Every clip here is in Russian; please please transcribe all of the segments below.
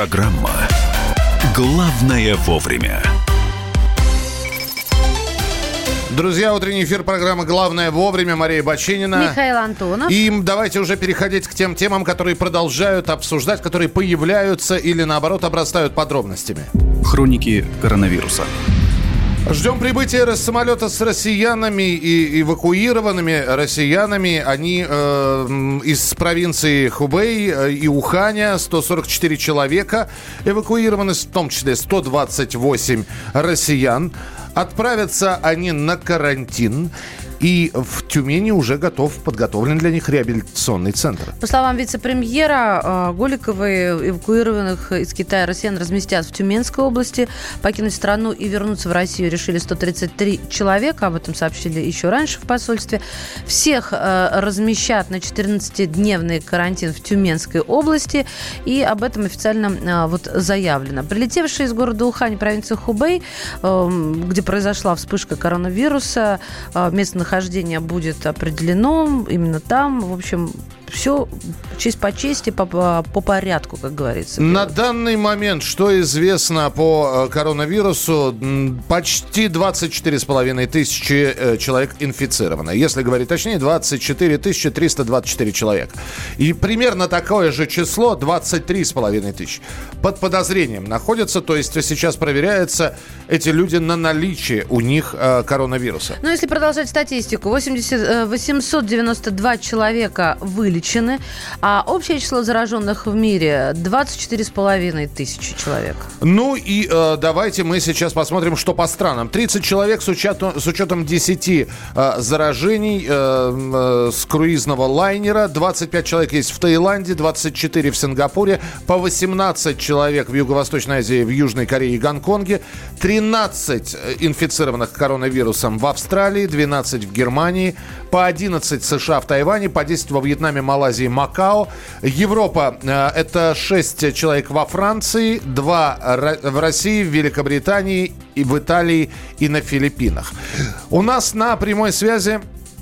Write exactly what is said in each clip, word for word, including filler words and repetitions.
Программа «Главное вовремя». Друзья, утренний эфир программы «Главное вовремя». Мария Баченина. Михаил Антонов. И давайте уже переходить к тем темам, которые продолжают обсуждать, которые появляются или, наоборот, обрастают подробностями. Хроники коронавируса. Ждем прибытия самолета с россиянами и эвакуированными россиянами. Они э, из провинции Хубэй и Уханя. сто сорок четыре человека эвакуированы, в том числе сто двадцать восемь россиян. Отправятся они на карантин. И в Тюмени уже готов, подготовлен для них реабилитационный центр. По словам вице-премьера, Голиковой, эвакуированных из Китая россиян разместят в Тюменской области. Покинуть страну и вернуться в Россию решили сто тридцать три человека. Об этом сообщили еще раньше в посольстве. Всех размещат на четырнадцатидневный карантин в Тюменской области. И об этом официально вот заявлено. Прилетевшие из города Ухань, провинции Хубэй, где произошла вспышка коронавируса, местных Нахождение будет определено именно там. В общем, все честь по чести, по, по порядку, как говорится. На данный момент, что известно по коронавирусу, почти двадцать четыре с половиной тысячи человек инфицировано. Если говорить точнее, двадцать четыре тысячи триста двадцать четыре человека. И примерно такое же число, двадцать три с половиной тысячи, под подозрением находятся. То есть сейчас проверяются эти люди на наличие у них коронавируса. Но если продолжать статистику, восемьсот девяносто два человека вылечены, а общее число зараженных в мире двадцать четыре с половиной тысячи человек. Ну и э, давайте мы сейчас посмотрим, что по странам. тридцать человек с учетом, с учетом десяти э, заражений э, э, с круизного лайнера. двадцать пять человек есть в Таиланде, двадцать четыре в Сингапуре, по восемнадцать человек в Юго-Восточной Азии, в Южной Корее и Гонконге, тринадцать инфицированных коронавирусом в Австралии, двенадцать в Германии, по одиннадцать в США, в Тайване, по десять во Вьетнаме, Малайзии, Макао. Европа э, – это шесть человек во Франции, два в России, в Великобритании, и в Италии и на Филиппинах. У нас на прямой связи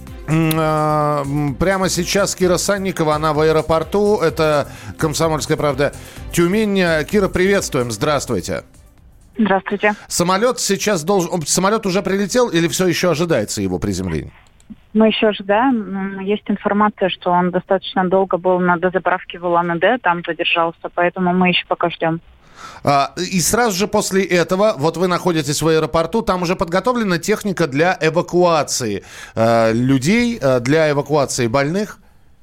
э, прямо сейчас Кира Санникова, она в аэропорту. Это «Комсомольская правда» Тюмень. Кира, приветствуем, здравствуйте. Здравствуйте. Самолет сейчас должен... Самолет уже прилетел или все еще ожидается его приземление? Мы еще ожидаем. Есть информация, что он достаточно долго был на дозаправке в Улан-Удэ, там задержался, поэтому мы еще пока ждем. А, и сразу же после этого, вот вы находитесь в аэропорту, там уже подготовлена техника для эвакуации э, людей, э, для эвакуации больных?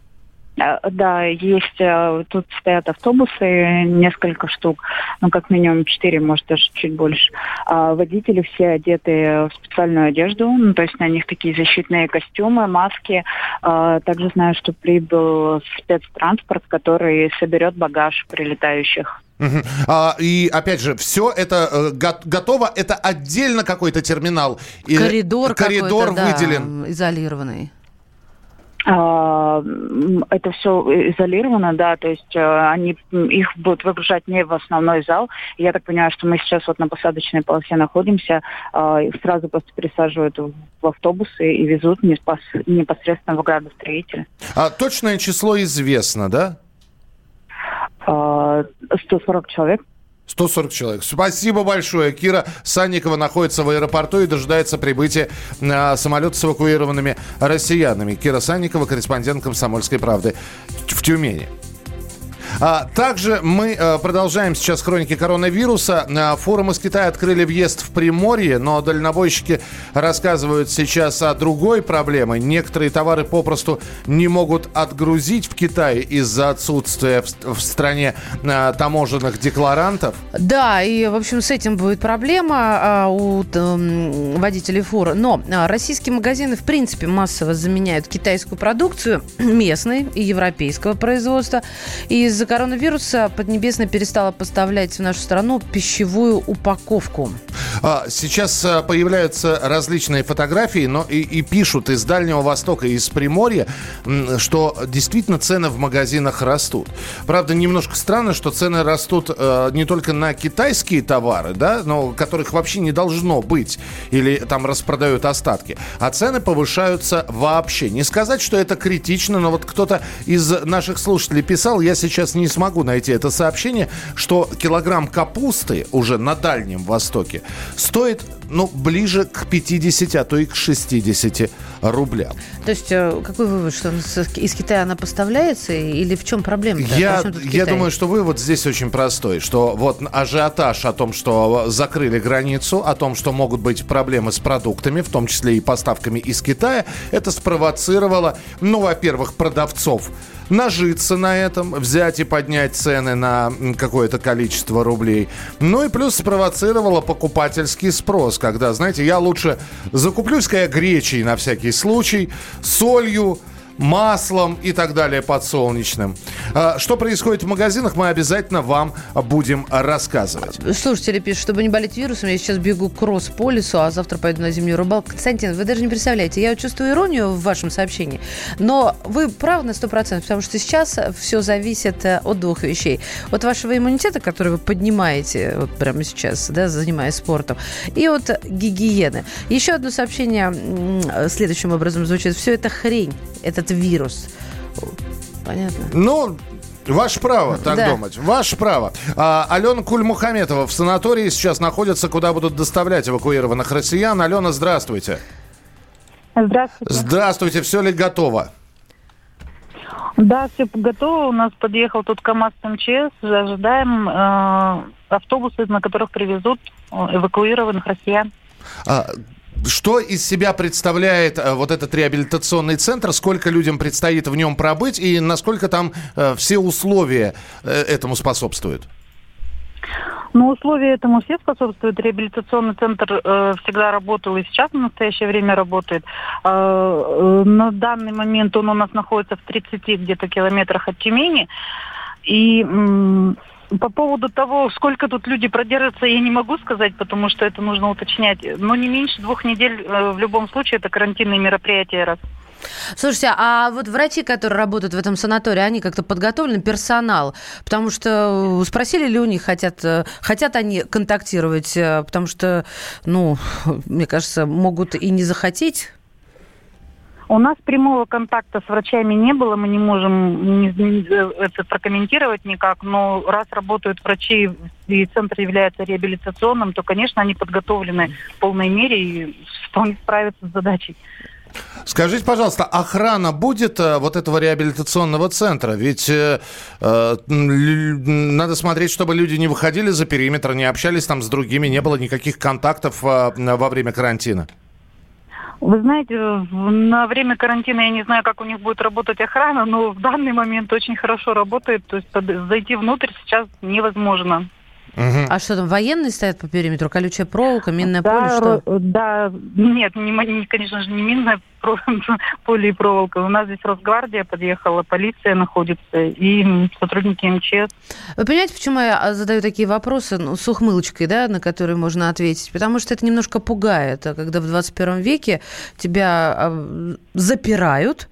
Да, есть, тут стоят автобусы, несколько штук, ну, как минимум четыре, может, даже чуть больше. А водители все одеты в специальную одежду, ну, то есть на них такие защитные костюмы, маски. А, также знаю, что прибыл спецтранспорт, который соберет багаж прилетающих. Uh-huh. А, и опять же, все это э, го- готово, это отдельно какой-то терминал? Коридор, коридор какой-то, выделен? Да, изолированный. Это все изолировано, да, то есть они их будут выгружать не в основной зал. Я так понимаю, что мы сейчас вот на посадочной полосе находимся, их сразу просто пересаживают в автобусы и везут непосредственно в градостроитель. А точное число известно, да? сто сорок человек. сто сорок человек. Спасибо большое. Кира Санникова находится в аэропорту и дожидается прибытия э, самолета с эвакуированными россиянами. Кира Санникова, корреспондент «Комсомольской правды» в Тюмени. А, также мы а, продолжаем сейчас хроники коронавируса. А, форум из Китая открыли въезд в Приморье, но дальнобойщики рассказывают сейчас о другой проблеме. Некоторые товары попросту не могут отгрузить в Китай из-за отсутствия в, в стране а, таможенных декларантов. Да, и, в общем, с этим будет проблема а, у а, водителей фур. Но а, российские магазины, в принципе, массово заменяют китайскую продукцию местной и европейского производства. И из-за коронавируса Поднебесная перестала поставлять в нашу страну пищевую упаковку. Сейчас появляются различные фотографии, но и, и пишут из Дальнего Востока, из Приморья, что действительно цены в магазинах растут. Правда, немножко странно, что цены растут э, не только на китайские товары, да, но которых вообще не должно быть, или там распродают остатки, а цены повышаются вообще. Не сказать, что это критично, но вот кто-то из наших слушателей писал, я сейчас не смогу найти это сообщение, что килограмм капусты уже на Дальнем Востоке стоит, ну, ближе к пятидесяти, а то и к шестидесяти рублям. То есть, какой вывод, что из Китая она поставляется, или в чем проблема? Я, я думаю, что вывод здесь очень простой, что вот ажиотаж о том, что закрыли границу, о том, что могут быть проблемы с продуктами, в том числе и поставками из Китая, это спровоцировало, ну, во-первых, продавцов нажиться на этом, взять и поднять цены на какое-то количество рублей. Ну и плюс спровоцировало покупательский спрос, когда, знаете, я лучше закуплюсь-ка я гречей на всякий случай, солью, маслом и так далее подсолнечным. Что происходит в магазинах, мы обязательно вам будем рассказывать. Слушатели пишут, чтобы не болеть вирусом, я сейчас бегу кросс по лесу, а завтра пойду на зимнюю рыбалку. Константин, вы даже не представляете, я чувствую иронию в вашем сообщении, но вы правы на сто процентов, потому что сейчас все зависит от двух вещей. От вашего иммунитета, который вы поднимаете вот прямо сейчас, да, занимаясь спортом, и от гигиены. Еще одно сообщение следующим образом звучит. Все это хрень, этот вирус. Понятно? Ну, ваше право так да. думать. Ваше право. А, Алена Кульмухаметова в санатории сейчас находится, куда будут доставлять эвакуированных россиян. Алена, здравствуйте. Здравствуйте. Здравствуйте. Все ли готово? Да, все готово. У нас подъехал тут КамАЗ МЧС. Ожидаем э, автобусы, на которых привезут эвакуированных россиян. А, Что из себя представляет э, вот этот реабилитационный центр? Сколько людям предстоит в нем пробыть? И насколько там э, все условия э, этому способствуют? Ну, условия этому все способствуют. Реабилитационный центр э, всегда работал и сейчас в настоящее время работает. Э, э, на данный момент он у нас находится в тридцати где-то километрах от Тюмени. И... М- По поводу того, сколько тут люди продержатся, я не могу сказать, потому что это нужно уточнять. Но не меньше двух недель э, в любом случае это карантинные мероприятия раз. Слушайте, а вот врачи, которые работают в этом санатории, они как-то подготовлены, персонал? Потому что спросили ли у них, хотят, хотят они контактировать? Потому что, ну, мне кажется, могут и не захотеть. У нас прямого контакта с врачами не было, мы не можем не, не, это прокомментировать никак, но раз работают врачи и центр является реабилитационным, то, конечно, они подготовлены в полной мере и вполне справятся с задачей. Скажите, пожалуйста, охрана будет э, вот этого реабилитационного центра? Ведь э, э, надо смотреть, чтобы люди не выходили за периметр, не общались там с другими, не было никаких контактов э, во время карантина. Вы знаете, на время карантина я не знаю, как у них будет работать охрана, но в данный момент очень хорошо работает. То есть зайти внутрь сейчас невозможно. Угу. А что там, военные стоят по периметру? Колючая проволока, минное да, поле, что? Да, нет, не, конечно же, не минное поле и проволока. У нас здесь Росгвардия подъехала, полиция находится и сотрудники МЧС. Вы понимаете, почему я задаю такие вопросы, ну, с ухмылочкой, да, на которые можно ответить? Потому что это немножко пугает, когда в двадцать первом веке тебя запирают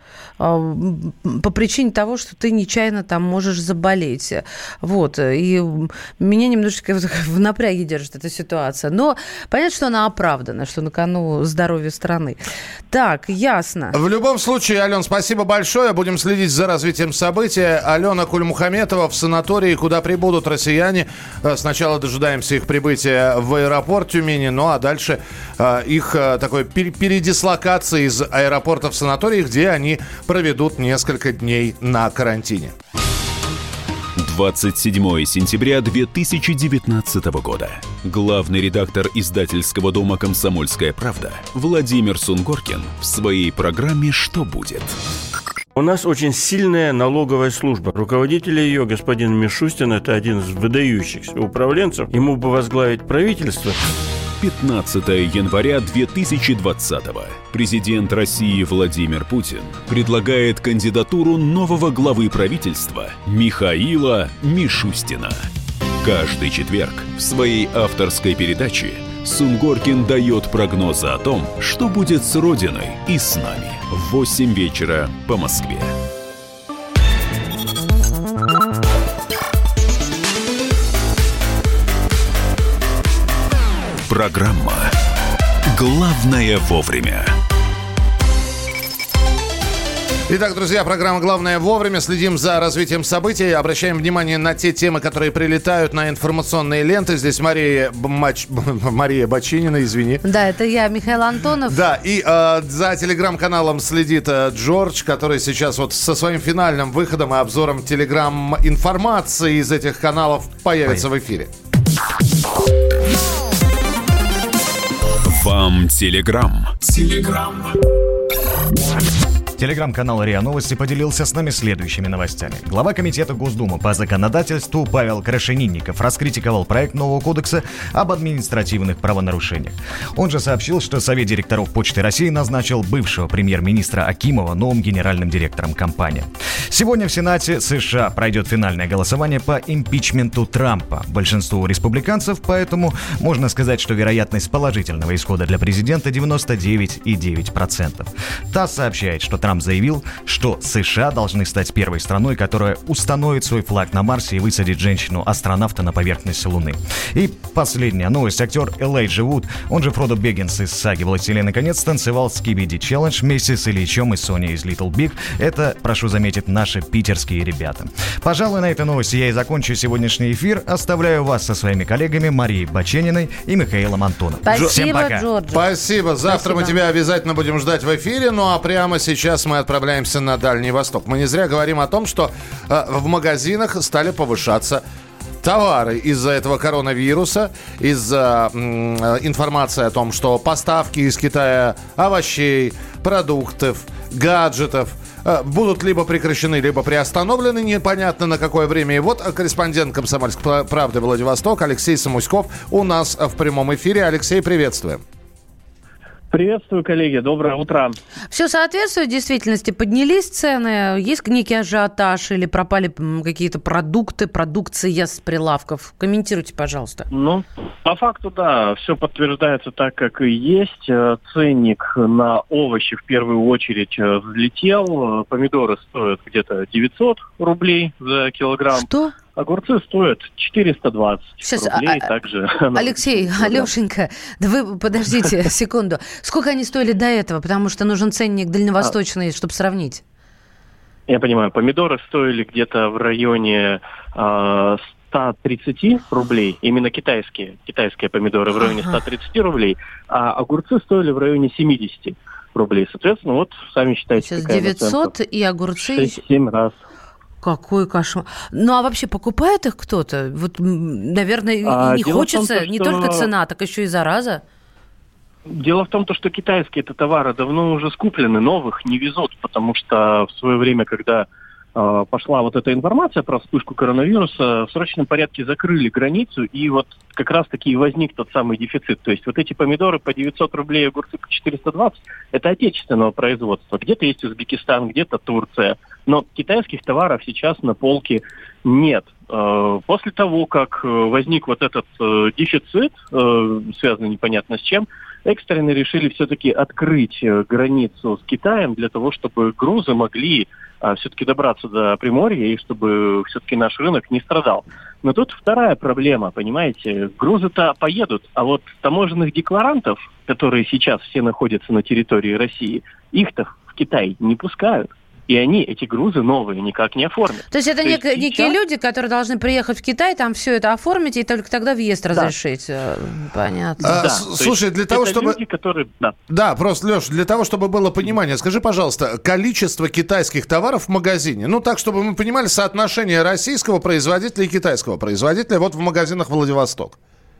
по причине того, что ты нечаянно там можешь заболеть. Вот. И меня немножечко в напряге держит эта ситуация. Но понятно, что она оправдана, что на кону здоровье страны. Так, ясно. В любом случае, Ален, спасибо большое. Будем следить за развитием событий. Алена Кульмухаметова в санатории, куда прибудут россияне. Сначала дожидаемся их прибытия в аэропорт Тюмени, ну а дальше э, их э, такой пер- передислокации из аэропорта в санаторий, где они проведут несколько дней на карантине. двадцать седьмого сентября две тысячи девятнадцатого года. Главный редактор издательского дома «Комсомольская правда» Владимир Сунгоркин в своей программе «Что будет?». У нас очень сильная налоговая служба. Руководитель ее, господин Мишустин, это один из выдающихся управленцев. Ему бы возглавить правительство. пятнадцатого января две тысячи двадцатого. Президент России Владимир Путин предлагает кандидатуру нового главы правительства Михаила Мишустина. Каждый четверг в своей авторской передаче Сунгоркин дает прогнозы о том, что будет с Родиной и с нами. В восемь вечера по Москве. Программа «Главное вовремя». Итак, друзья, программа «Главное вовремя». Следим за развитием событий. Обращаем внимание на те темы, которые прилетают на информационные ленты. Здесь Мария, Мач... Мария Бочинина, извини. Да, это я, Михаил Антонов. Да, и э, за телеграм-каналом следит э, Джордж, который сейчас вот со своим финальным выходом и обзором телеграм-информации из этих каналов появится в эфире. Вам телеграм. Телеграм. Телеграм-канал РИА Новости поделился с нами следующими новостями. Глава комитета Госдумы по законодательству Павел Крашенинников раскритиковал проект нового кодекса об административных правонарушениях. Он же сообщил, что Совет директоров Почты России назначил бывшего премьер-министра Акимова новым генеральным директором компании. Сегодня в Сенате США пройдет финальное голосование по импичменту Трампа. Большинству республиканцев, поэтому можно сказать, что вероятность положительного исхода для президента девяносто девять целых девять десятых процента. ТАСС сообщает, что Трамп заявил, что США должны стать первой страной, которая установит свой флаг на Марсе и высадит женщину-астронавта на поверхность Луны. И последняя новость. Актер Элайджа Вуд, он же Фродо Бэггинс из саги «Властелин колец», танцевал Skibidi Challenge вместе с Ильичом и Соней из Little Big. Это, прошу заметить, наши питерские ребята. Пожалуй, на этой новости я и закончу сегодняшний эфир. Оставляю вас со своими коллегами Марией Бочениной и Михаилом Антоновым. Спасибо, Всем пока. Джордж. Спасибо. Завтра Спасибо. мы тебя обязательно будем ждать в эфире. Ну а прямо сейчас мы отправляемся на Дальний Восток. Мы не зря говорим о том, что э, в магазинах стали повышаться товары из-за этого коронавируса, из-за э, информации о том, что поставки из Китая овощей, продуктов, гаджетов э, будут либо прекращены, либо приостановлены, непонятно на какое время. И вот корреспондент «Комсомольской правды» Владивосток Алексей Самуськов у нас в прямом эфире. Алексей, приветствуем. Приветствую, коллеги. Доброе утро. Все соответствует действительности? Поднялись цены? Есть некий ажиотаж или пропали какие-то продукты, продукция с прилавков? Комментируйте, пожалуйста. Ну, по факту, да, все подтверждается так, как и есть. Ценник на овощи в первую очередь взлетел. Помидоры стоят где-то девятьсот рублей за килограмм. Что? Огурцы стоят четыреста двадцать Сейчас, рублей. а, также. Алексей, Алешенька, да вы подождите секунду. Сколько они стоили до этого? Потому что нужен ценник дальневосточный, чтобы сравнить. Я понимаю, помидоры стоили где-то в районе э, сто тридцать рублей, именно китайские, китайские помидоры в районе сто тридцать рублей, а огурцы стоили в районе семьдесят рублей. Соответственно, вот сами считайте, Сейчас какая девятьсот наценка. и огурцы... шесть-семь раз. Какой кошмар. Ну, а вообще покупает их кто-то? Вот, наверное, А, не хочется том, не что... только цена, так еще и зараза. Дело в том, что китайские это товары давно уже скуплены, новых не везут, потому что в свое время, когда э, пошла вот эта информация про вспышку коронавируса, в срочном порядке закрыли границу, и вот как раз-таки и возник тот самый дефицит. То есть вот эти помидоры по девятьсот рублей, огурцы по четыреста двадцать, это отечественного производства. Где-то есть Узбекистан, где-то Турция, но китайских товаров сейчас на полке нет. После того, как возник вот этот дефицит, связанный непонятно с чем, экстренно решили все-таки открыть границу с Китаем для того, чтобы грузы могли все-таки добраться до Приморья и чтобы все-таки наш рынок не страдал. Но тут вторая проблема, понимаете, грузы-то поедут, а вот таможенных декларантов, которые сейчас все находятся на территории России, их-то в Китай не пускают. И они эти грузы новые никак не оформят. То есть это То нек- есть некие сейчас... люди, которые должны приехать в Китай, там все это оформить и только тогда въезд Да. разрешить. Понятно. А, Да, с- то слушай, есть для того, это чтобы... люди, которые... Да. Да, просто, Леш, для того, чтобы было понимание, скажи, пожалуйста, количество китайских товаров в магазине, ну так, чтобы мы понимали соотношение российского производителя и китайского производителя вот в магазинах Владивосток.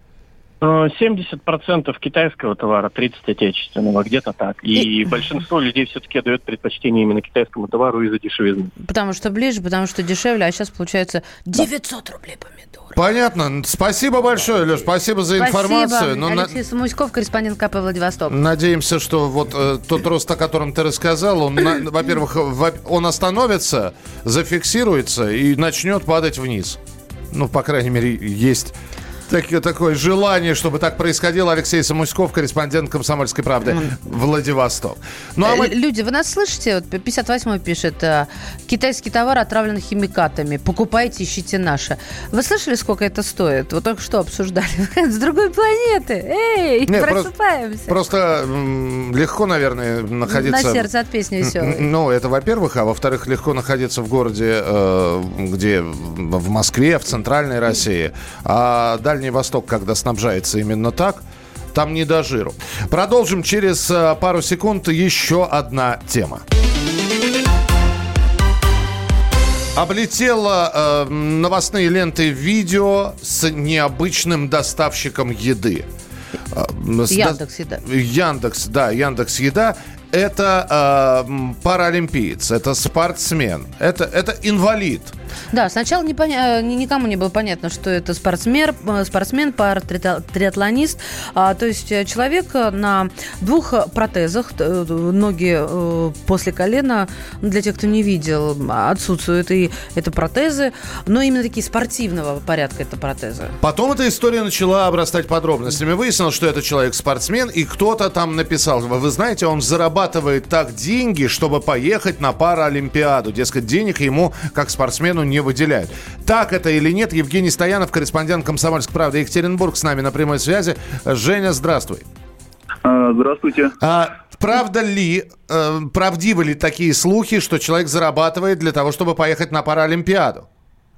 семьдесят процентов китайского товара, тридцать процентов отечественного, где-то так. И, и большинство людей все-таки отдает предпочтение именно китайскому товару из-за дешевизны. Потому что ближе, потому что дешевле, а сейчас получается девятьсот рублей помидоры. Понятно. Спасибо большое, Леш, спасибо за информацию. Спасибо. Но Алексей на... Самуськов, корреспондент ка пэ Владивосток. Надеемся, что вот э, тот рост, о котором ты рассказал, он, на, во-первых, во- он остановится, зафиксируется и начнет падать вниз. Ну, по крайней мере, есть... Так, такое желание, чтобы так происходило. Алексей Самуськов, корреспондент «Комсомольской правды», mm. Владивосток. Ну, а мы... Люди, вы нас слышите? Вот пятьдесят восьмой пишет: китайский товар отравлен химикатами. Покупайте, ищите наше. Вы слышали, сколько это стоит? Вот только что обсуждали. С другой планеты. Эй, Нет, просыпаемся. Просто, просто м- легко, наверное, находиться... На сердце от песни веселой. Ну, это во-первых. А во-вторых, легко находиться в городе, э, где в Москве, в центральной России. А Дальний Восток, когда снабжается именно так, там не до жиру. Продолжим через пару секунд. Еще одна тема. Облетело э, новостные ленты видео с необычным доставщиком еды. Яндекс.Еда. Яндекс, да, Яндекс.Еда. Это э, паралимпиец, это спортсмен, это, это инвалид. Да, сначала не поня... никому не было понятно, что это спортсмен, спортсмен пара-триатлонист. А, то есть человек на двух протезах, ноги после колена, для тех, кто не видел, отсутствуют и это протезы, но именно такие спортивного порядка это протезы. Потом эта история начала обрастать подробностями. Выяснилось, что это человек спортсмен, и кто-то там написал: вы знаете, он зарабатывает так деньги, чтобы поехать на Паралимпиаду. Дескать, денег ему, как спортсмену, не выделяют. Так это или нет? Евгений Стоянов, корреспондент «Комсомольской правды» Екатеринбург, с нами на прямой связи. Женя, здравствуй. Здравствуйте. А, правда ли, э, правдивы ли такие слухи, что человек зарабатывает для того, чтобы поехать на Паралимпиаду?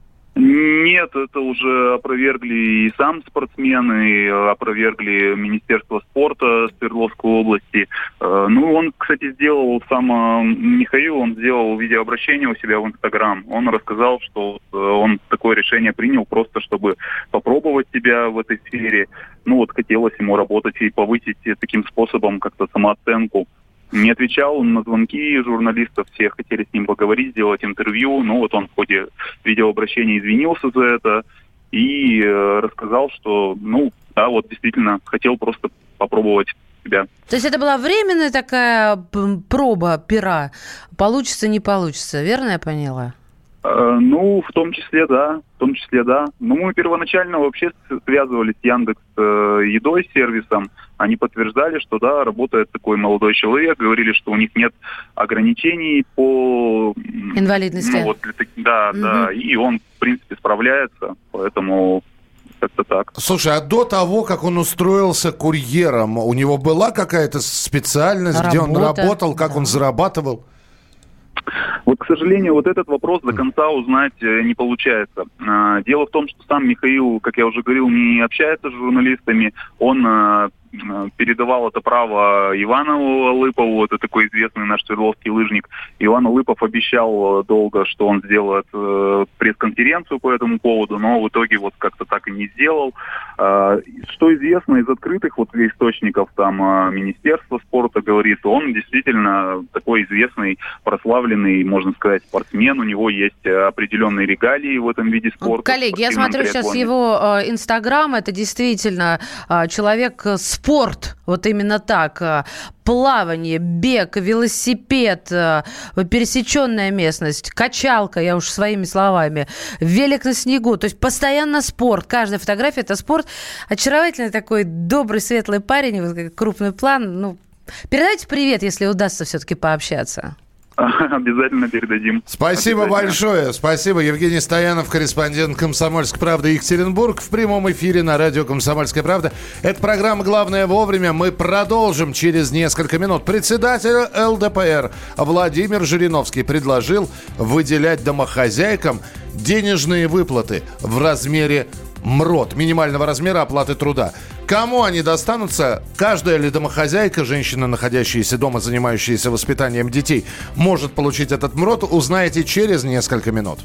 Нет, это уже опровергли и сам спортсмен, и опровергли Министерство спорта Свердловской области. Ну, он, кстати, сделал, сам Михаил, он сделал видеообращение у себя в Инстаграм. Он рассказал, что он такое решение принял просто, чтобы попробовать себя в этой сфере. Ну, вот хотелось ему работать и повысить таким способом как-то самооценку. Не отвечал на звонки журналистов, все хотели с ним поговорить, сделать интервью. Ну вот он в ходе видеообращения извинился за это и э, рассказал, что, ну, да, вот действительно хотел просто попробовать себя. То есть это была временная такая проба пера? Получится, не получится, верно я поняла? Э, ну, в том числе, да. В том числе, да. Ну, мы первоначально вообще связывались с Яндекс.Едой, сервисом. Они подтверждали, что, да, работает такой молодой человек. Говорили, что у них нет ограничений по... инвалидности. Ну, вот, да, угу. да. И он, в принципе, справляется. Поэтому как-то так. Слушай, а до того, как он устроился курьером, у него была какая-то специальность, Работа. где он работал, как да. он зарабатывал? Вот, к сожалению, вот этот вопрос до конца узнать не получается. Дело в том, что сам Михаил, как я уже говорил, не общается с журналистами. Он передавал это право Ивану Лыпову, это такой известный наш свердловский лыжник. Иван Лыпов обещал долго, что он сделает пресс-конференцию по этому поводу, но в итоге вот как-то так и не сделал. Что известно из открытых вот источников, там Министерство спорта говорит, он действительно такой известный, прославленный, можно сказать, спортсмен. У него есть определенные регалии в этом виде спорта. Коллеги, я смотрю триатлоне. Сейчас его Инстаграм, это действительно человек с спорт, вот именно так, плавание, бег, велосипед, пересеченная местность, качалка, я уж своими словами, велик на снегу, то есть постоянно спорт, каждая фотография – это спорт. Очаровательный такой добрый, светлый парень, вот крупный план. Ну, передайте привет, если удастся все-таки пообщаться. Обязательно передадим. Спасибо большое. Спасибо. Евгений Стоянов, корреспондент «Комсомольской правды» Екатеринбург. В прямом эфире на радио «Комсомольская правда». Это программа «Главное вовремя». Мы продолжим через несколько минут. Председатель эл дэ пэ эр Владимир Жириновский предложил выделять домохозяйкам денежные выплаты в размере МРОТ, минимального размера оплаты труда. Кому они достанутся? Каждая ли домохозяйка, женщина, находящаяся дома, занимающаяся воспитанием детей, может получить этот МРОТ, узнаете через несколько минут.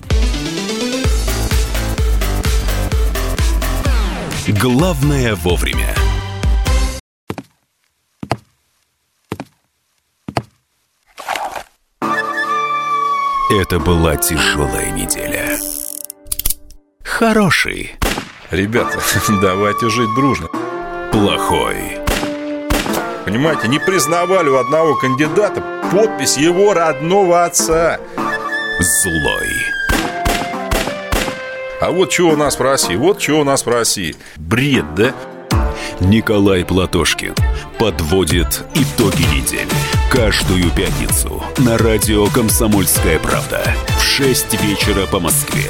Главное вовремя. Это была тяжелая неделя. Хороший. Ребята, давайте жить дружно. Плохой. Понимаете, не признавали у одного кандидата подпись его родного отца. Злой. А вот чего у нас в России, вот чего у нас в России. Бред, да? Николай Платошкин подводит итоги недели. Каждую пятницу на радио «Комсомольская правда» в шесть вечера по Москве.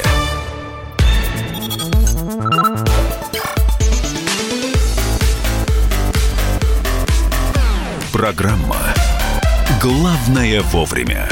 Программа «Главное вовремя».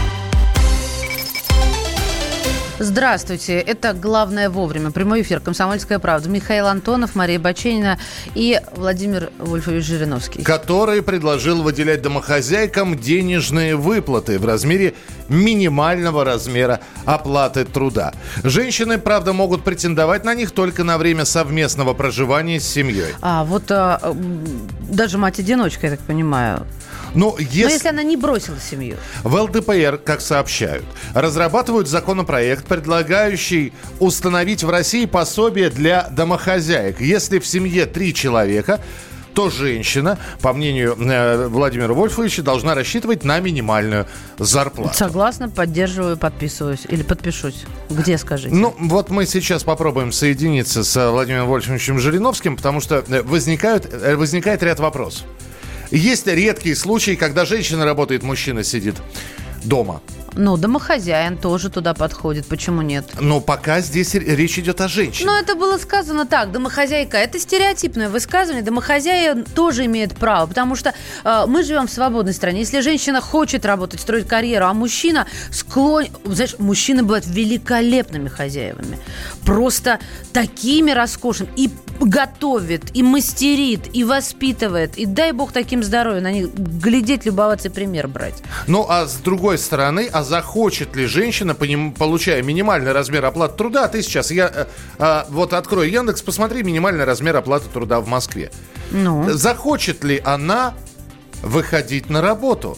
Здравствуйте, это «Главное вовремя». Прямой эфир «Комсомольская правда». Михаил Антонов, Мария Баченина и Владимир Вольфович Жириновский. Который предложил выделять домохозяйкам денежные выплаты в размере минимального размера оплаты труда. Женщины, правда, могут претендовать на них только на время совместного проживания с семьей. А, вот а, даже мать-одиночка, я так понимаю. Ну, если... Но если она не бросила семью. В эл дэ пэ эр, как сообщают, разрабатывают законопроект, предлагающий установить в России пособие для домохозяек. Если в семье три человека, то женщина, по мнению э, Владимира Вольфовича, должна рассчитывать на минимальную зарплату. Согласна, поддерживаю, подписываюсь. Или подпишусь. Где, скажите? Ну, вот мы сейчас попробуем соединиться с Владимиром Вольфовичем Жириновским, потому что возникают, возникает ряд вопросов. Есть редкие случаи, когда женщина работает, мужчина сидит дома. Ну, домохозяин тоже туда подходит. Почему нет? Но пока здесь речь идет о женщине. Но это было сказано так. Домохозяйка – это стереотипное высказывание. Домохозяин тоже имеет право. Потому что э, мы живем в свободной стране. Если женщина хочет работать, строить карьеру, а мужчина склонен... Знаешь, мужчины бывают великолепными хозяевами. Просто такими роскошными. И готовит, и мастерит, и воспитывает. И дай бог таким здоровья. На них глядеть, любоваться и пример брать. Ну, а с другой стороны, а захочет ли женщина, получая минимальный размер оплаты труда, ты сейчас, я э, э, вот открою Яндекс, посмотри минимальный размер оплаты труда в Москве. Ну? Захочет ли она выходить на работу?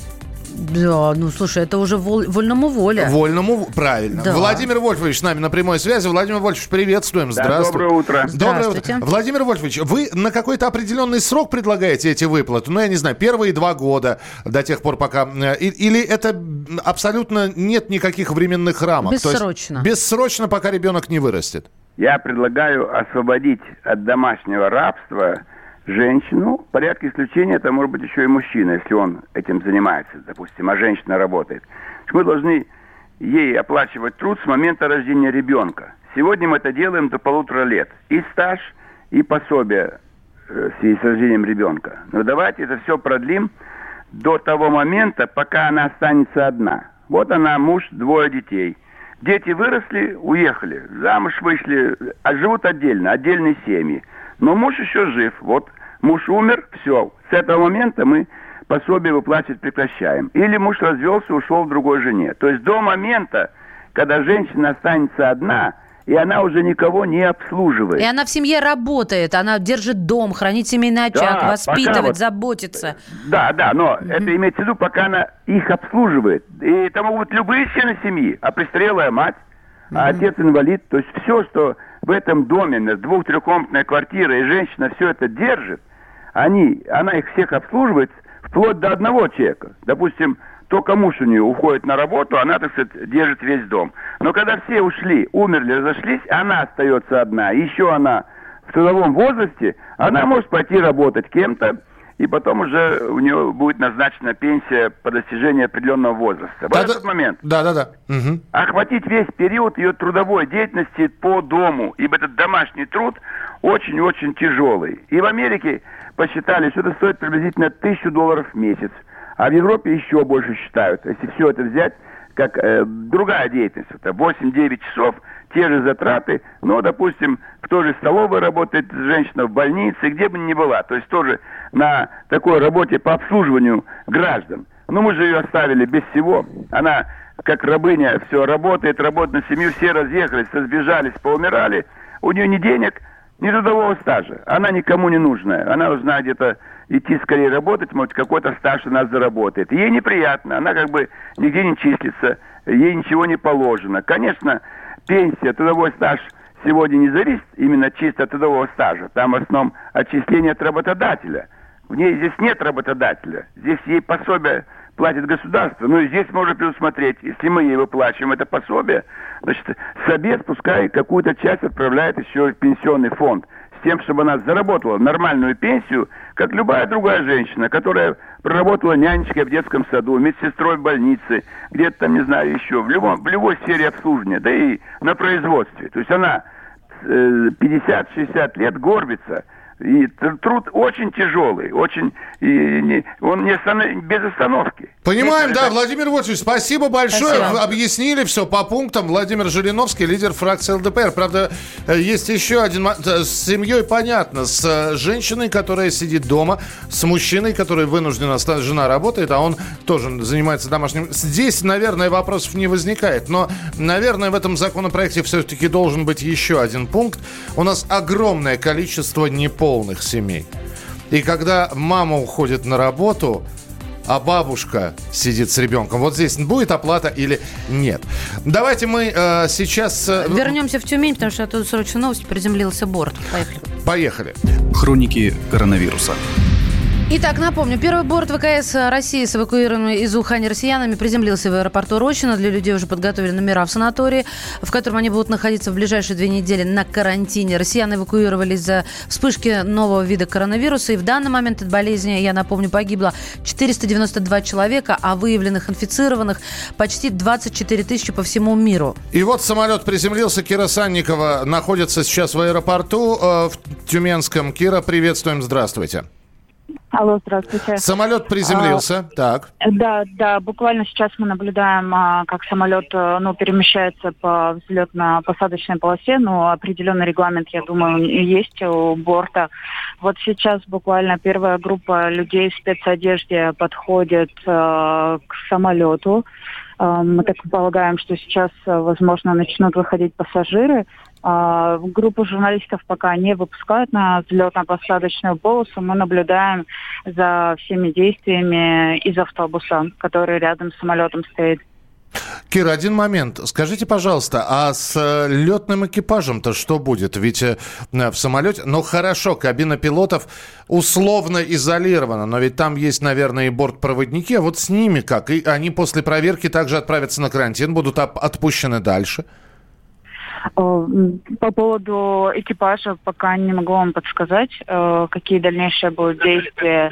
Да, ну слушай, это уже воль, вольному воля. Вольному, правильно. Да. Владимир Вольфович с нами на прямой связи. Владимир Вольфович, приветствуем. Здравствуйте. Да, доброе утро. Доброе утро. Владимир Вольфович, вы на какой-то определенный срок предлагаете эти выплаты? Ну, я не знаю, первые два года, до тех пор, пока... Или это абсолютно нет никаких временных рамок? Бессрочно. То есть бессрочно, пока ребенок не вырастет? Я предлагаю освободить от домашнего рабства женщину. В порядке исключения это может быть еще и мужчина, если он этим занимается, допустим, а женщина работает. Мы должны ей оплачивать труд с момента рождения ребенка. Сегодня мы это делаем до полутора лет. И стаж, и пособие э, в связи с рождением ребенка. Но давайте это все продлим до того момента, пока она останется одна. Вот она, муж, двое детей. Дети выросли, уехали, замуж вышли, а живут отдельно, отдельные семьи. Но муж еще жив. Вот муж умер, все. С этого момента мы пособие выплачивать прекращаем. Или муж развелся, ушел к другой жене. То есть до момента, когда женщина останется одна, и она уже никого не обслуживает. И она в семье работает, она держит дом, хранит семейный очаг, да, воспитывает, вот, заботится. Да, да, но mm-hmm. это имеется в виду, пока она их обслуживает. И это могут быть любые члены семьи. А престарелая мать, mm-hmm. а отец инвалид. То есть все, что в этом доме, двух-трехкомнатная квартира, и женщина все это держит, они, она их всех обслуживает вплоть до одного человека. Допустим, только муж у нее уходит на работу, она, так сказать, держит весь дом. Но когда все ушли, умерли, разошлись, она остается одна. Еще она в трудовом возрасте, она может пойти работать кем-то, и потом уже у нее будет назначена пенсия по достижении определенного возраста. В да, этот да, момент да, да, да. Угу. охватить весь период ее трудовой деятельности по дому, ибо этот домашний труд очень-очень тяжелый. И в Америке посчитали, что это стоит приблизительно тысячу долларов в месяц. А в Европе еще больше считают. Если все это взять, как э, другая деятельность, это восемь-девять часов, те же затраты, но, допустим, в той же столовой работает женщина, в больнице, где бы ни была. То есть тоже на такой работе по обслуживанию граждан. Но мы же ее оставили без всего. Она, как рабыня, все работает, работает на семью, все разъехались, разбежались, поумирали. У нее ни денег, ни трудового стажа. Она никому не нужная. Она должна где-то идти скорее работать, может, какой-то стаж у нас заработает. Ей неприятно, она как бы нигде не числится, ей ничего не положено. Конечно, пенсия, трудовой стаж сегодня не зависит именно чисто от трудового стажа. Там в основном отчисление от работодателя. В ней здесь нет работодателя. Здесь ей пособие платит государство. Ну и здесь можно предусмотреть, если мы ей выплачиваем это пособие, значит, собес пускай какую-то часть отправляет еще в пенсионный фонд, с тем, чтобы она заработала нормальную пенсию, как любая другая женщина, которая проработала нянечкой в детском саду, медсестрой в больнице, где-то там, не знаю, еще, в, любом, в любой сфере обслуживания, да и на производстве. То есть она э, пятьдесят-шестьдесят лет горбится. И труд очень тяжелый, очень, и не, он не останов, без остановки. Понимаем, это, да, это... Владимир Вольфович, спасибо большое. Спасибо. Объяснили все по пунктам. Владимир Жириновский, лидер фракции эл дэ пэ эр. Правда, есть еще один... С семьей понятно. С женщиной, которая сидит дома, с мужчиной, который вынужден, жена работает, а он тоже занимается домашним. Здесь, наверное, вопросов не возникает. Но, наверное, в этом законопроекте все-таки должен быть еще один пункт. У нас огромное количество неполных семей. И когда мама уходит на работу, а бабушка сидит с ребенком, вот здесь будет оплата или нет? Давайте мы э, сейчас... Э, Вернемся в Тюмень, потому что тут срочно новость. Приземлился борт. Поехали. Поехали. Хроники коронавируса. Итак, напомню, первый борт вэ ка эс России с эвакуированными из Ухани россиянами приземлился в аэропорту Рощино. Для людей уже подготовили номера в санатории, в котором они будут находиться в ближайшие две недели на карантине. Россиян эвакуировали из-за вспышки нового вида коронавируса. И в данный момент от болезни, я напомню, погибло четыреста девяносто два человека, а выявленных инфицированных почти двадцать четыре тысячи по всему миру. И вот самолет приземлился. Кира Санникова находится сейчас в аэропорту э, в Тюменском. Кира, приветствуем, здравствуйте. Алло, здравствуйте. Самолет приземлился, а, так. Да, да, буквально сейчас мы наблюдаем, а, как самолет, ну, перемещается по взлетно-посадочной полосе, ну, определенный регламент, я думаю, есть у борта. Вот сейчас буквально первая группа людей в спецодежде подходит а, к самолету. А, мы так полагаем, что сейчас, возможно, начнут выходить пассажиры. Uh, группу журналистов пока не выпускают на взлетно-посадочную полосу. Мы наблюдаем за всеми действиями из автобуса, который рядом с самолетом стоит. Кира, один момент. Скажите, пожалуйста, а с летным экипажем-то что будет? Ведь в самолете... Ну, хорошо, кабина пилотов условно изолирована, но ведь там есть, наверное, и бортпроводники. А вот с ними как? И они после проверки также отправятся на карантин, будут отпущены дальше? По поводу экипажа пока не могу вам подсказать, какие дальнейшие будут действия.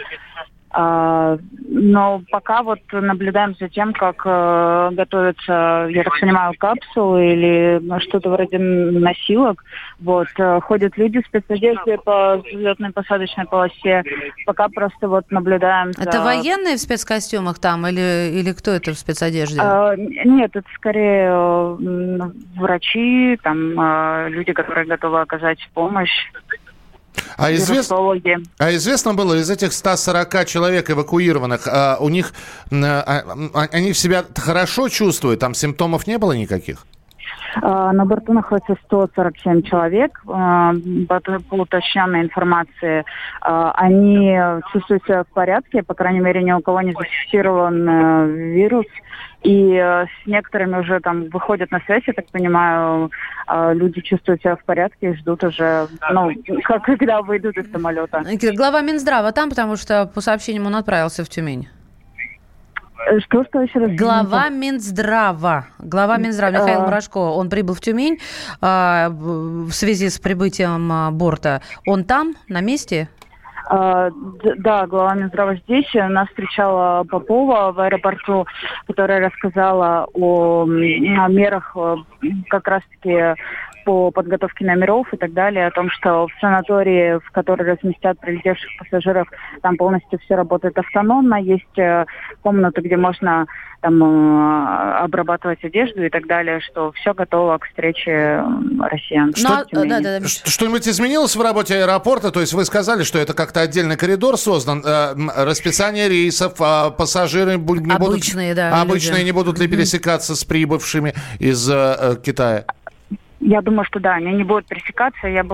Но пока вот наблюдаем за тем, как э, готовятся, я так понимаю, капсулы или что-то вроде носилок. Вот, э, ходят люди в спецодежде по взлетной посадочной полосе. Пока просто вот наблюдаем. Это за... военные в спецкостюмах там или, или кто это в спецодежде? А, нет, это скорее э, врачи, там э, люди, которые готовы оказать помощь. А, извест... а известно было, из этих ста сорока человек эвакуированных, а, у них, а, а, они себя хорошо чувствуют, там симптомов не было никаких? На борту находится сто сорок семь человек. По уточненной информации, они чувствуют себя в порядке, по крайней мере, ни у кого не зафиксирован вирус. И с некоторыми уже там выходят на связь, я так понимаю, люди чувствуют себя в порядке и ждут уже, ну, как, когда выйдут из самолета. Глава Минздрава там, потому что по сообщениям он отправился в Тюмень. Что, что еще раз? Глава Минздрава. Глава Минздрава Михаил Мурашко, он прибыл в Тюмень а, в связи с прибытием борта. Он там, на месте? Uh, да, глава Минздрава здесь. Нас встречала Попова в аэропорту, которая рассказала о, о мерах как раз-таки по подготовке номеров и так далее, о том, что в санатории, в который разместят прилетевших пассажиров, там полностью все работает автономно. Есть э, комната, где можно там э, обрабатывать одежду и так далее, что все готово к встрече россиян. Что, да, да, да. Что-нибудь изменилось в работе аэропорта? То есть вы сказали, что это как-то отдельный коридор создан, э, расписание рейсов, э, пассажиры не обычные, будут, да, обычные люди. не будут ли пересекаться с прибывшими из э, Китая? Я думаю, что да, они не будут пересекаться. Я была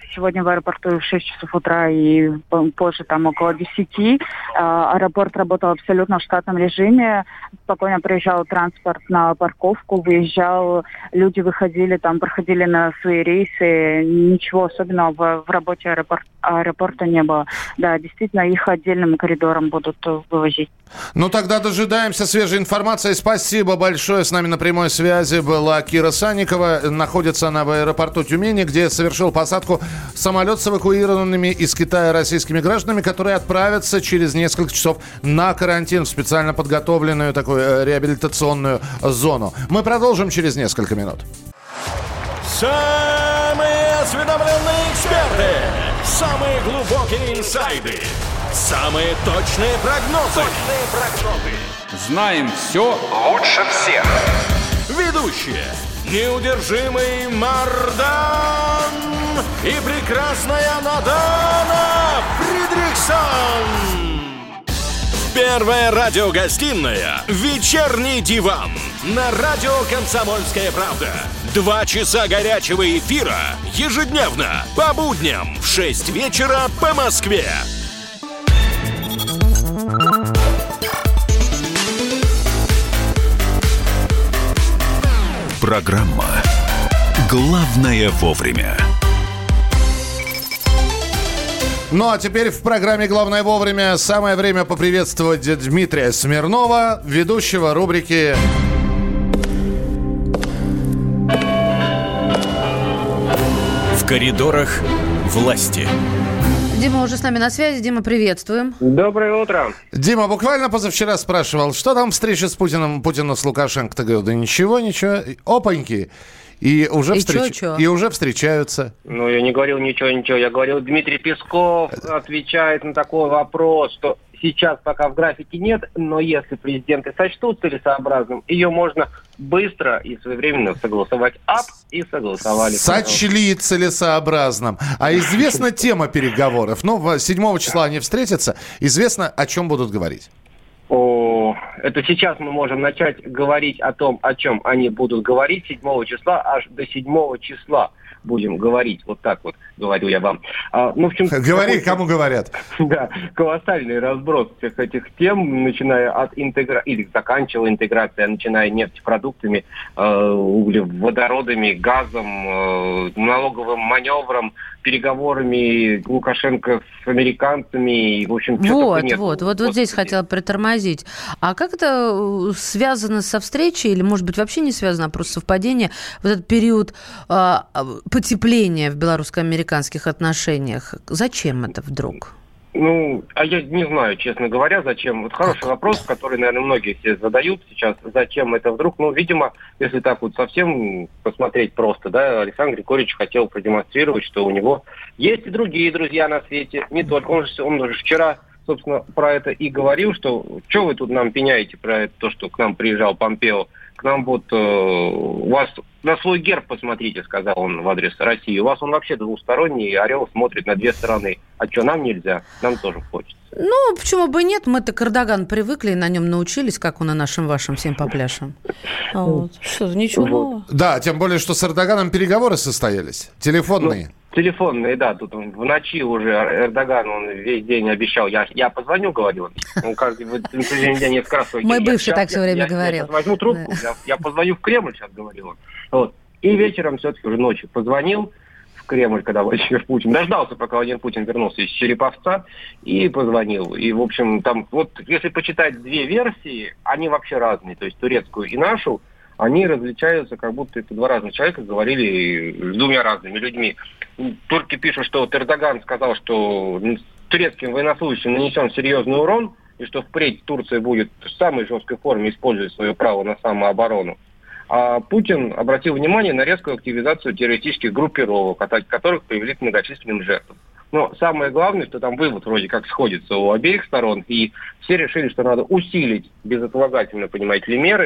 сегодня в аэропорту в шесть часов утра и позже там около десяти. Аэропорт работал абсолютно в штатном режиме. Спокойно приезжал транспорт на парковку, выезжал, люди выходили, там проходили на свои рейсы. Ничего особенного в, в работе аэропорт, аэропорта не было. Да, действительно, их отдельным коридором будут вывозить. Ну, тогда дожидаемся свежей информации. Спасибо большое. С нами на прямой связи была Кира Санникова. Находится она в аэропорту Тюмени, где совершил посадку самолет с эвакуированными из Китая российскими гражданами, которые отправятся через несколько часов на карантин в специально подготовленную такую реабилитационную зону. Мы продолжим через несколько минут. Самые осведомленные эксперты, самые глубокие инсайды, самые точные прогнозы. Точные прогнозы. Знаем все лучше всех. Ведущие: неудержимый Мардан и прекрасная Надана Фридрихсон. Первая радиогостинная «Вечерний диван» на радио «Комсомольская правда». Два часа горячего эфира ежедневно по будням в шесть вечера по Москве. Программа «Главное вовремя». Ну а теперь в программе «Главное вовремя» самое время поприветствовать Дмитрия Смирнова, ведущего рубрики «В коридорах власти». Дима уже с нами на связи. Дима, приветствуем. Доброе утро. Дима, буквально позавчера спрашивал, что там встреча с Путиным, Путина с Лукашенко. Ты говорил, да ничего, ничего, опаньки. И уже, И встреч... чё, чё? и уже встречаются. Ну, я не говорил ничего, ничего. Я говорил, Дмитрий Песков отвечает на такой вопрос, что сейчас пока в графике нет, но если президенты сочтут целесообразным, ее можно быстро и своевременно согласовать. Ап, и согласовали. Сочли целесообразным. А известна тема переговоров? Ну, седьмого числа они встретятся. Известно, о чем будут говорить? О, это сейчас мы можем начать говорить о том, о чем они будут говорить седьмого числа, аж до седьмого числа будем говорить. Вот так вот говорю я вам. А, ну, в общем, Говори, кому говорят. Да, колоссальный разброс всех этих тем, начиная от интеграции, или заканчивая интеграция, начиная нефтепродуктами, э, углеводородами, газом, э, налоговым маневром, переговорами Лукашенко с американцами. И, в общем, вот, нет. вот, вот, вот здесь хотела притормозить. А как это связано со встречей, или, может быть, вообще не связано, а просто совпадение, вот этот период э, потепления в белорусско-американских отношениях? Зачем это вдруг? Ну, а я не знаю, честно говоря, зачем. Вот хороший как? вопрос, который, наверное, многие себе задают сейчас. Зачем это вдруг? Ну, видимо, если так вот совсем посмотреть просто, да, Александр Григорьевич хотел продемонстрировать, что у него есть и другие друзья на свете. Не только. Он же, он же вчера, собственно, про это и говорил, что что вы тут нам пеняете про это, то, что к нам приезжал Помпео. К нам вот, э, у вас на свой герб посмотрите, сказал он в адрес России. У вас он вообще двусторонний, орел смотрит на две стороны. А что, нам нельзя? Нам тоже хочется. Ну, почему бы нет? Мы-то к Эрдогану привыкли и на нем научились, как он и нашим вашим всем попляшем. Вот. Что, ничего нового. Да, тем более, что с Эрдоганом переговоры состоялись. Телефонные. Ну, телефонные, да. Тут в ночи уже Эрдоган, он весь день обещал. Я, я позвоню, говорил он. Он каждый день несколько раз. Мой бывший так все время говорил. Я возьму трубку, я позвоню в Кремль, сейчас говорил он. Вот. И вечером все-таки уже ночью позвонил в Кремль, когда Владимир Путин дождался, пока Владимир Путин вернулся из Череповца, и позвонил. И, в общем, там, вот, если почитать две версии, они вообще разные, то есть турецкую и нашу, они различаются, как будто это два разных человека говорили с двумя разными людьми. Турки пишут, что вот Эрдоган сказал, что турецким военнослужащим нанесен серьезный урон, и что впредь Турция будет в самой жесткой форме использовать свое право на самооборону. А Путин обратил внимание на резкую активизацию террористических группировок, которых привели к многочисленным жертвам. Но самое главное, что там вывод вроде как сходится у обеих сторон, и все решили, что надо усилить безотлагательно, понимаете ли, меры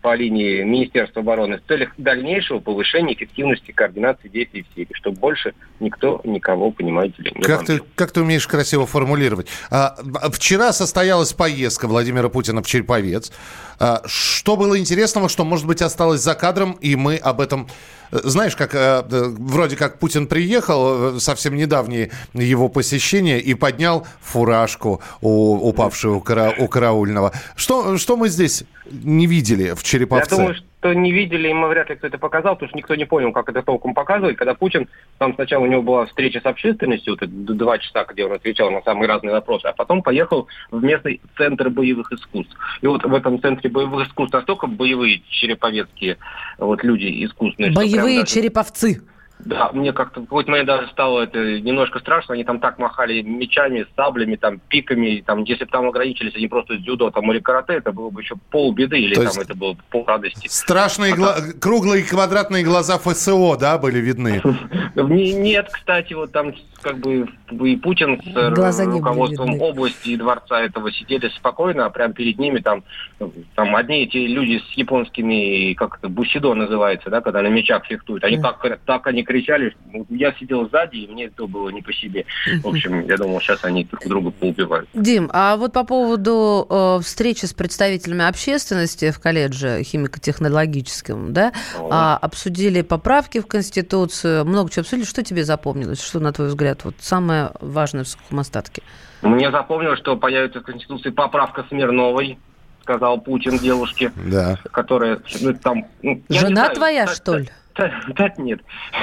по линии Министерства обороны в целях дальнейшего повышения эффективности координации действий в Сирии, чтобы больше никто никого, понимаете ли, не как ты, как ты умеешь красиво формулировать. А, вчера состоялась поездка Владимира Путина в Череповец. А, что было интересного, что, может быть, осталось за кадром, и мы об этом... Знаешь, как вроде как Путин приехал, совсем недавнее его посещение, и поднял фуражку, у, упавшую у, кара, у караульного. Что, что мы здесь не видели в Череповце? Я думаю, что не видели, и мы вряд ли кто это показал, потому что никто не понял, как это толком показывать. Когда Путин, там сначала у него была встреча с общественностью, вот это два часа, где он отвечал на самые разные вопросы, а потом поехал в местный центр боевых искусств. И вот в этом центре боевых искусств настолько боевые череповецкие вот люди искусственные. Боевые даже... череповцы. Да, мне как-то в какой-то момент даже стало это немножко страшно. Они там так махали мечами, саблями, там, пиками. Там, если бы там ограничились они просто дзюдо там, или карате, это было бы еще полбеды, или там это было пол радости. Страшные а гла- так... круглые квадратные глаза ФСО, да, были видны? Нет, кстати, вот там как бы и Путин с руководством области и дворца этого сидели спокойно, а прямо перед ними там, там одни эти люди с японскими, как это, бусидо называется, да, когда на мечах фехтуют. Они так, так они кричали, я сидел сзади, и мне это было не по себе. В общем, я думал, сейчас они друг друга поубивают. Дим, а вот по поводу э, встречи с представителями общественности в колледже химико-технологическом, да, а, обсудили поправки в Конституцию, много чего обсудили. Что тебе запомнилось? Что, на твой взгляд, вот самое важное в сухом остатке? Мне запомнилось, что появится в Конституции поправка Смирновой, сказал Путин девушке, да. Которая... Ну, там, ну, жена знаю, твоя, так, что ли? Да, да, нет.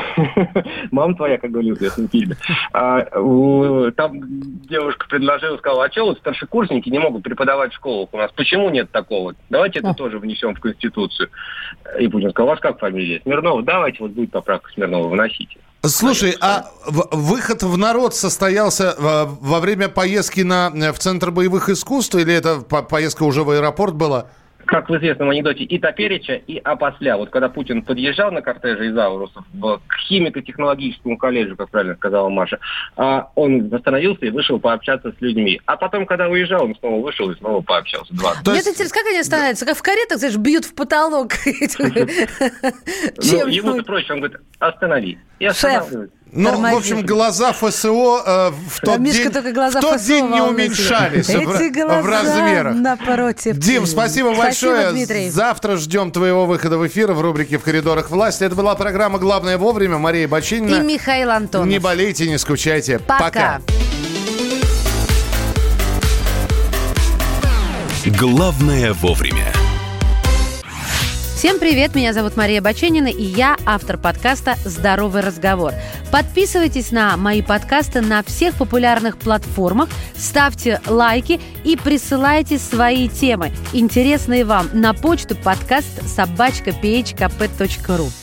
Мама твоя, как говорится в этом фильме. А, там девушка предложила, сказала, а что вот старшекурсники не могут преподавать в школах у нас? Почему нет такого? Давайте это тоже внесем в Конституцию. И Путин сказал, у вас как фамилия? Смирнова? Давайте, вот будет поправка Смирнова, выносите. Слушай, а выход в народ состоялся во время поездки на, в Центр боевых искусств, или это поездка уже в аэропорт была? Как в известном анекдоте, и топереча, и опосля. Вот когда Путин подъезжал на кортеже из Аурусов к химико-технологическому колледжу, как правильно сказала Маша, он остановился и вышел пообщаться с людьми. А потом, когда уезжал, он снова вышел и снова пообщался. Два. Мне есть... интересно, как они останавливаются? Как в каретах, знаешь, бьют в потолок? Ему-то проще, он говорит, останови. И останавливается. Ну, тормозит. В общем, глаза ФСО э, в тот, да, день, в тот день не уменьшались в, в размерах. Напротив. Дим, спасибо, спасибо большое. Дмитрий. Завтра ждем твоего выхода в эфир в рубрике «В коридорах власти». Это была программа «Главное вовремя». Мария Бачинина. И Михаил Антонов. Не болейте, не скучайте. Пока. Пока. Главное вовремя. Всем привет, меня зовут Мария Баченина, и я автор подкаста «Здоровый разговор». Подписывайтесь на мои подкасты на всех популярных платформах, ставьте лайки и присылайте свои темы, интересные вам, на почту подкаст собачка пи эйч ка пэ точка ру.